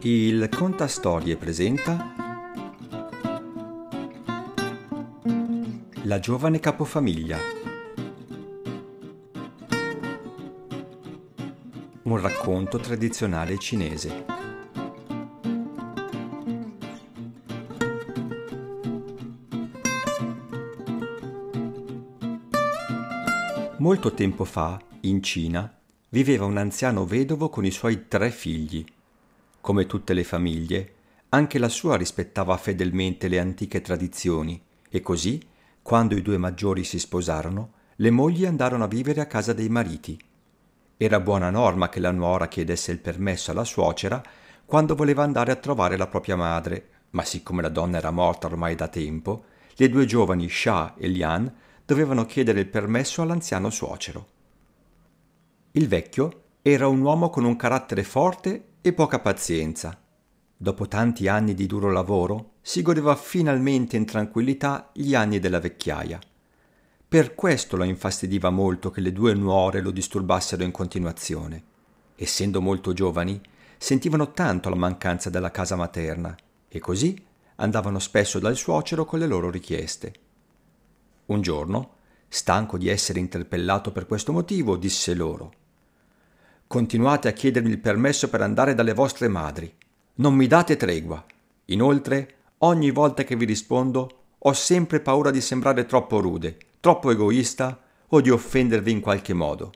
Il Contastorie presenta La giovane capofamiglia. Un racconto tradizionale cinese. Molto tempo fa, in Cina, viveva un anziano vedovo con i suoi 3 figli. Come tutte le famiglie, anche la sua rispettava fedelmente le antiche tradizioni e così, quando i 2 maggiori si sposarono, le mogli andarono a vivere a casa dei mariti. Era buona norma che la nuora chiedesse il permesso alla suocera quando voleva andare a trovare la propria madre, ma siccome la donna era morta ormai da tempo, le 2 giovani Xia e Lian dovevano chiedere il permesso all'anziano suocero. Il vecchio era un uomo con un carattere forte e poca pazienza. Dopo tanti anni di duro lavoro, si godeva finalmente in tranquillità gli anni della vecchiaia. Per questo lo infastidiva molto che le 2 nuore lo disturbassero in continuazione. Essendo molto giovani, sentivano tanto la mancanza della casa materna e così andavano spesso dal suocero con le loro richieste. Un giorno, stanco di essere interpellato per questo motivo, disse loro: «Continuate a chiedermi il permesso per andare dalle vostre madri. Non mi date tregua. Inoltre, ogni volta che vi rispondo, ho sempre paura di sembrare troppo rude, troppo egoista o di offendervi in qualche modo».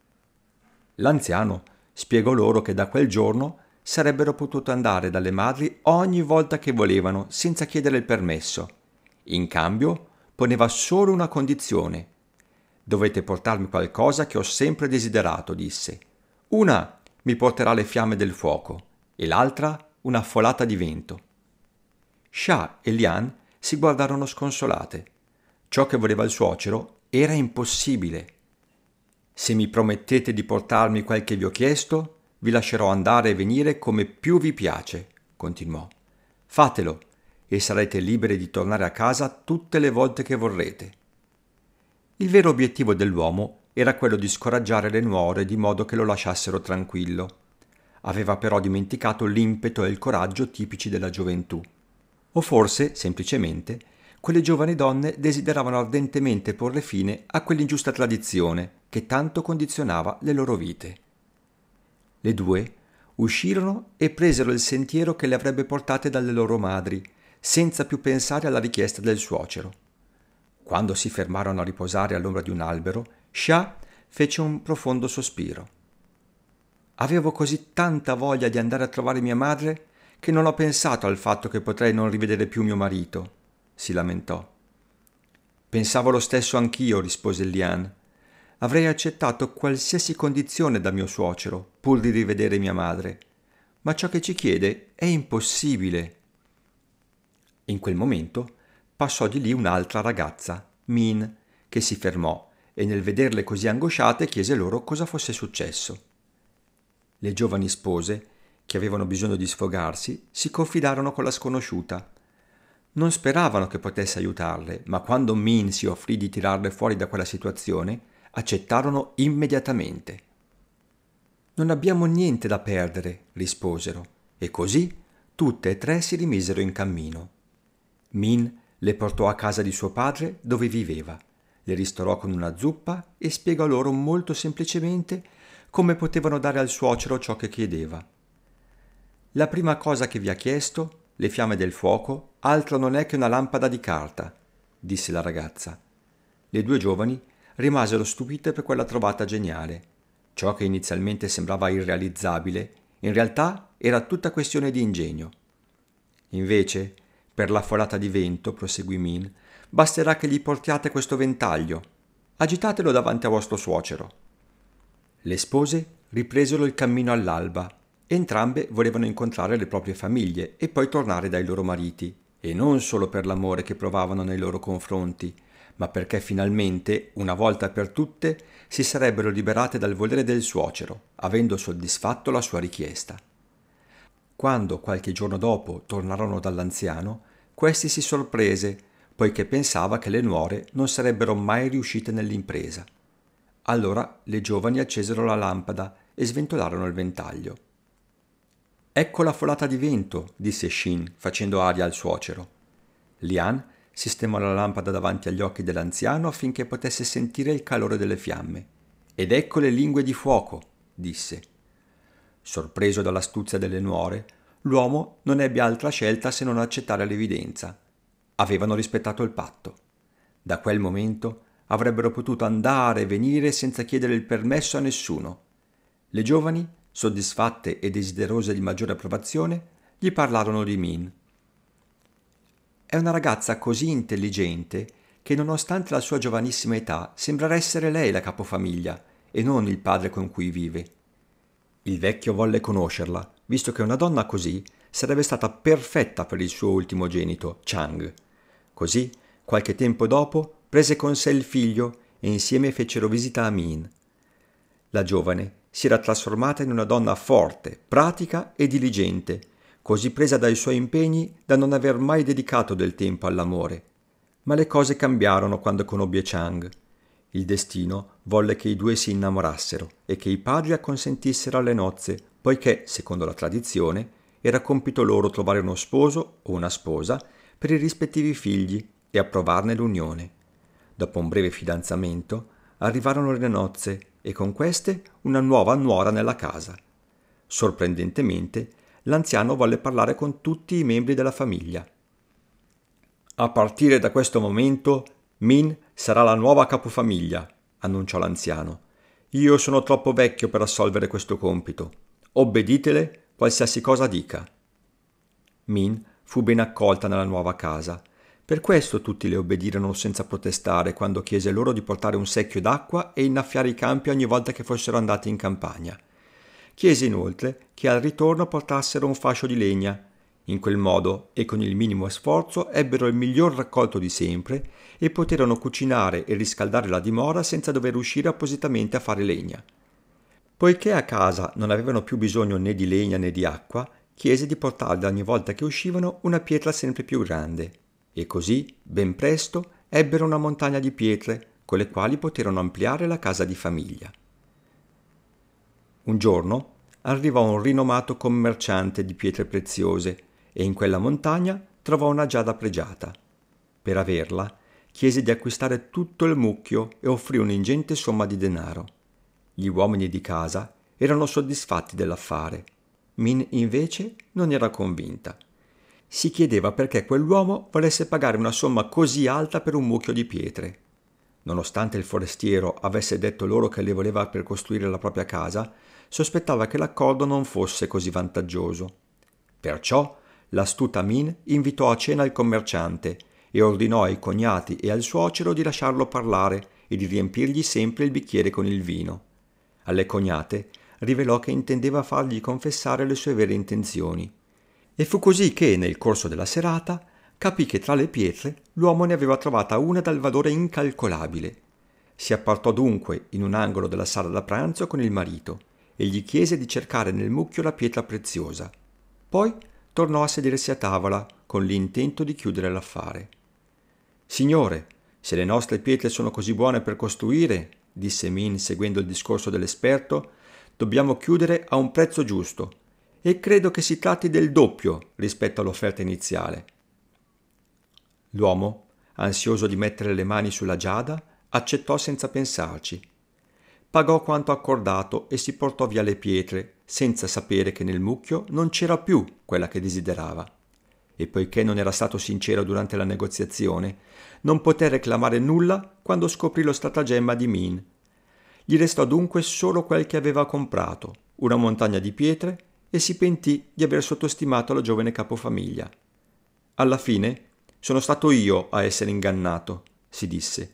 L'anziano spiegò loro che da quel giorno sarebbero potuti andare dalle madri ogni volta che volevano, senza chiedere il permesso. In cambio, poneva solo una condizione. «Dovete portarmi qualcosa che ho sempre desiderato», disse. «Una mi porterà le fiamme del fuoco e l'altra una folata di vento». Xia e Lian si guardarono sconsolate. Ciò che voleva il suocero era impossibile. «Se mi promettete di portarmi quel che vi ho chiesto, vi lascerò andare e venire come più vi piace», continuò. «Fatelo e sarete liberi di tornare a casa tutte le volte che vorrete». Il vero obiettivo dell'uomo era quello di scoraggiare le nuore di modo che lo lasciassero tranquillo. Aveva però dimenticato l'impeto e il coraggio tipici della gioventù. O forse, semplicemente, quelle giovani donne desideravano ardentemente porre fine a quell'ingiusta tradizione che tanto condizionava le loro vite. Le 2 uscirono e presero il sentiero che le avrebbe portate dalle loro madri, senza più pensare alla richiesta del suocero. Quando si fermarono a riposare all'ombra di un albero, Xia fece un profondo sospiro. «Avevo così tanta voglia di andare a trovare mia madre che non ho pensato al fatto che potrei non rivedere più mio marito», si lamentò. «Pensavo lo stesso anch'io», rispose Lian. «Avrei accettato qualsiasi condizione da mio suocero pur di rivedere mia madre, ma ciò che ci chiede è impossibile». In quel momento passò di lì un'altra ragazza, Min, che si fermò e nel vederle così angosciate chiese loro cosa fosse successo. Le giovani spose, che avevano bisogno di sfogarsi, si confidarono con la sconosciuta. Non speravano che potesse aiutarle, ma quando Min si offrì di tirarle fuori da quella situazione, accettarono immediatamente. «Non abbiamo niente da perdere», risposero, e così tutte e 3 si rimisero in cammino. Min le portò a casa di suo padre dove viveva, le ristorò con una zuppa e spiegò loro molto semplicemente come potevano dare al suocero ciò che chiedeva. «La prima cosa che vi ha chiesto, le fiamme del fuoco, altro non è che una lampada di carta», disse la ragazza. Le 2 giovani rimasero stupite per quella trovata geniale. Ciò che inizialmente sembrava irrealizzabile, in realtà era tutta questione di ingegno. «Invece, per la folata di vento», proseguì Min, «basterà che gli portiate questo ventaglio. Agitatelo davanti a vostro suocero». Le spose ripresero il cammino all'alba. Entrambe volevano incontrare le proprie famiglie e poi tornare dai loro mariti, e non solo per l'amore che provavano nei loro confronti, ma perché finalmente, una volta per tutte, si sarebbero liberate dal volere del suocero, avendo soddisfatto la sua richiesta. Quando, qualche giorno dopo, tornarono dall'anziano, questi si sorprese, poiché pensava che le nuore non sarebbero mai riuscite nell'impresa. Allora le giovani accesero la lampada e sventolarono il ventaglio. Ecco la folata di vento, disse Shin, facendo aria al suocero. Lian sistemò la lampada davanti agli occhi dell'anziano affinché potesse sentire il calore delle fiamme. Ed ecco le lingue di fuoco, disse. Sorpreso dall'astuzia delle nuore, l'uomo non ebbe altra scelta se non accettare l'evidenza. Avevano rispettato il patto. Da quel momento avrebbero potuto andare e venire senza chiedere il permesso a nessuno. Le giovani, soddisfatte e desiderose di maggiore approvazione, gli parlarono di Min. È una ragazza così intelligente che nonostante la sua giovanissima età sembrerà essere lei la capofamiglia e non il padre con cui vive. Il vecchio volle conoscerla, visto che una donna così sarebbe stata perfetta per il suo ultimogenito, Chang. Così, qualche tempo dopo, prese con sé il figlio e insieme fecero visita a Min. La giovane si era trasformata in una donna forte, pratica e diligente, così presa dai suoi impegni da non aver mai dedicato del tempo all'amore. Ma le cose cambiarono quando conobbe Chang. Il destino volle che i due si innamorassero e che i padri acconsentissero alle nozze, poiché, secondo la tradizione, era compito loro trovare uno sposo o una sposa per i rispettivi figli e approvarne l'unione. Dopo un breve fidanzamento, arrivarono le nozze e con queste una nuova nuora nella casa. Sorprendentemente, l'anziano volle parlare con tutti i membri della famiglia. A partire da questo momento, Min sarà la nuova capofamiglia, annunciò l'anziano. Io sono troppo vecchio per assolvere questo compito. Obbeditele qualsiasi cosa dica. Min fu ben accolta nella nuova casa. Per questo tutti le obbedirono senza protestare quando chiese loro di portare un secchio d'acqua e innaffiare i campi ogni volta che fossero andati in campagna. Chiese inoltre che al ritorno portassero un fascio di legna. In quel modo e con il minimo sforzo ebbero il miglior raccolto di sempre e poterono cucinare e riscaldare la dimora senza dover uscire appositamente a fare legna. Poiché a casa non avevano più bisogno né di legna né di acqua, chiese di portarle ogni volta che uscivano una pietra sempre più grande. E così, ben presto, ebbero una montagna di pietre, con le quali poterono ampliare la casa di famiglia. Un giorno arrivò un rinomato commerciante di pietre preziose e in quella montagna trovò una giada pregiata. Per averla, chiese di acquistare tutto il mucchio e offrì un'ingente somma di denaro. Gli uomini di casa erano soddisfatti dell'affare. Min invece non era convinta. Si chiedeva perché quell'uomo volesse pagare una somma così alta per un mucchio di pietre. Nonostante il forestiero avesse detto loro che le voleva per costruire la propria casa, sospettava che l'accordo non fosse così vantaggioso. Perciò l'astuta Min invitò a cena il commerciante e ordinò ai cognati e al suocero di lasciarlo parlare e di riempirgli sempre il bicchiere con il vino. Alle cognate rivelò che intendeva fargli confessare le sue vere intenzioni. E fu così che, nel corso della serata, capì che tra le pietre l'uomo ne aveva trovata una dal valore incalcolabile. Si appartò dunque in un angolo della sala da pranzo con il marito e gli chiese di cercare nel mucchio la pietra preziosa. Poi tornò a sedersi a tavola con l'intento di chiudere l'affare. «Signore, se le nostre pietre sono così buone per costruire», disse Min seguendo il discorso dell'esperto, «dobbiamo chiudere a un prezzo giusto e credo che si tratti del doppio rispetto all'offerta iniziale». L'uomo, ansioso di mettere le mani sulla giada, accettò senza pensarci. Pagò quanto accordato e si portò via le pietre, senza sapere che nel mucchio non c'era più quella che desiderava. E poiché non era stato sincero durante la negoziazione, non poté reclamare nulla quando scoprì lo stratagemma di Min. Gli restò dunque solo quel che aveva comprato, una montagna di pietre, e si pentì di aver sottostimato la giovane capofamiglia. Alla fine sono stato io a essere ingannato, si disse.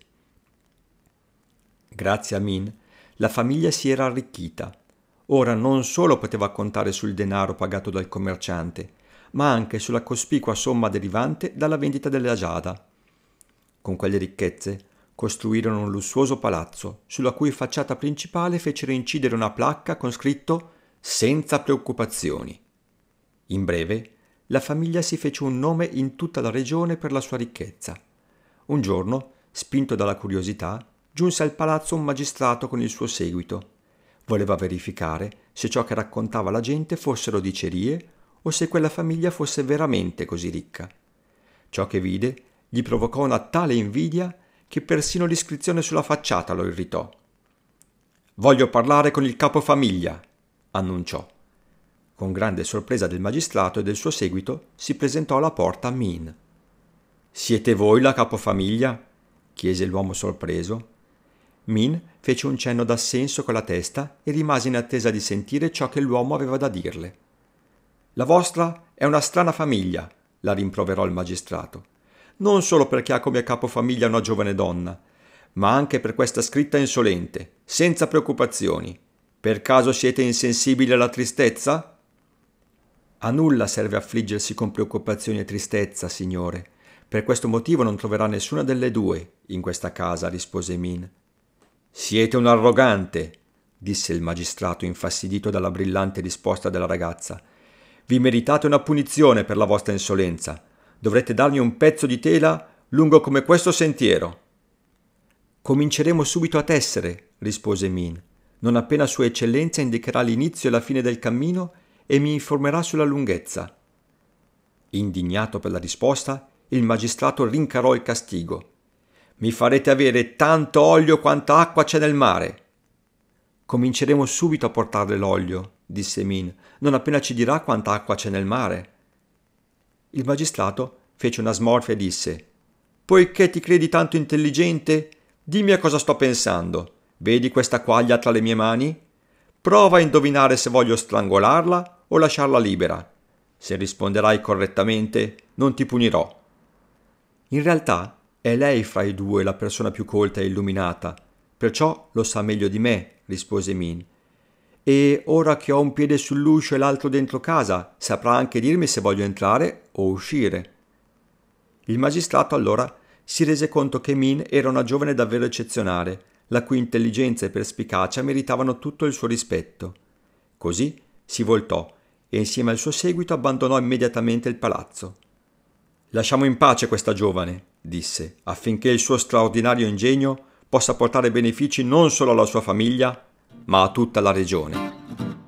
Grazie a Min, la famiglia si era arricchita. Ora non solo poteva contare sul denaro pagato dal commerciante, ma anche sulla cospicua somma derivante dalla vendita della giada. Con quelle ricchezze costruirono un lussuoso palazzo, sulla cui facciata principale fecero incidere una placca con scritto «Senza preoccupazioni». In breve, la famiglia si fece un nome in tutta la regione per la sua ricchezza. Un giorno, spinto dalla curiosità, giunse al palazzo un magistrato con il suo seguito. Voleva verificare se ciò che raccontava la gente fossero dicerie o se quella famiglia fosse veramente così ricca. Ciò che vide gli provocò una tale invidia che persino l'iscrizione sulla facciata lo irritò. «Voglio parlare con il capofamiglia», annunciò. Con grande sorpresa del magistrato e del suo seguito si presentò alla porta Min. «Siete voi la capofamiglia?» chiese l'uomo sorpreso. Min fece un cenno d'assenso con la testa e rimase in attesa di sentire ciò che l'uomo aveva da dirle. «La vostra è una strana famiglia», la rimproverò il magistrato, «non solo perché ha come capofamiglia una giovane donna, ma anche per questa scritta insolente, senza preoccupazioni. Per caso siete insensibili alla tristezza?» «A nulla serve affliggersi con preoccupazioni e tristezza, signore. Per questo motivo non troverà nessuna delle due in questa casa», rispose Min. «Siete un arrogante», disse il magistrato infastidito dalla brillante risposta della ragazza. «Vi meritate una punizione per la vostra insolenza. Dovrete darmi un pezzo di tela lungo come questo sentiero». «Cominceremo subito a tessere», rispose Min, «non appena Sua Eccellenza indicherà l'inizio e la fine del cammino e mi informerà sulla lunghezza». Indignato per la risposta, il magistrato rincarò il castigo. «Mi farete avere tanto olio quanta acqua c'è nel mare». «Cominceremo subito a portarle l'olio», disse Min, «non appena ci dirà quanta acqua c'è nel mare». Il magistrato fece una smorfia e disse: «Poiché ti credi tanto intelligente, dimmi a cosa sto pensando. Vedi questa quaglia tra le mie mani? Prova a indovinare se voglio strangolarla o lasciarla libera. Se risponderai correttamente, non ti punirò». «In realtà è lei fra i due la persona più colta e illuminata, perciò lo sa meglio di me», rispose Min. «E ora che ho un piede sull'uscio e l'altro dentro casa, saprà anche dirmi se voglio entrare o uscire». Il magistrato allora si rese conto che Min era una giovane davvero eccezionale, la cui intelligenza e perspicacia meritavano tutto il suo rispetto. Così si voltò e insieme al suo seguito abbandonò immediatamente il palazzo. «Lasciamo in pace questa giovane», disse, «affinché il suo straordinario ingegno possa portare benefici non solo alla sua famiglia, ma a tutta la regione».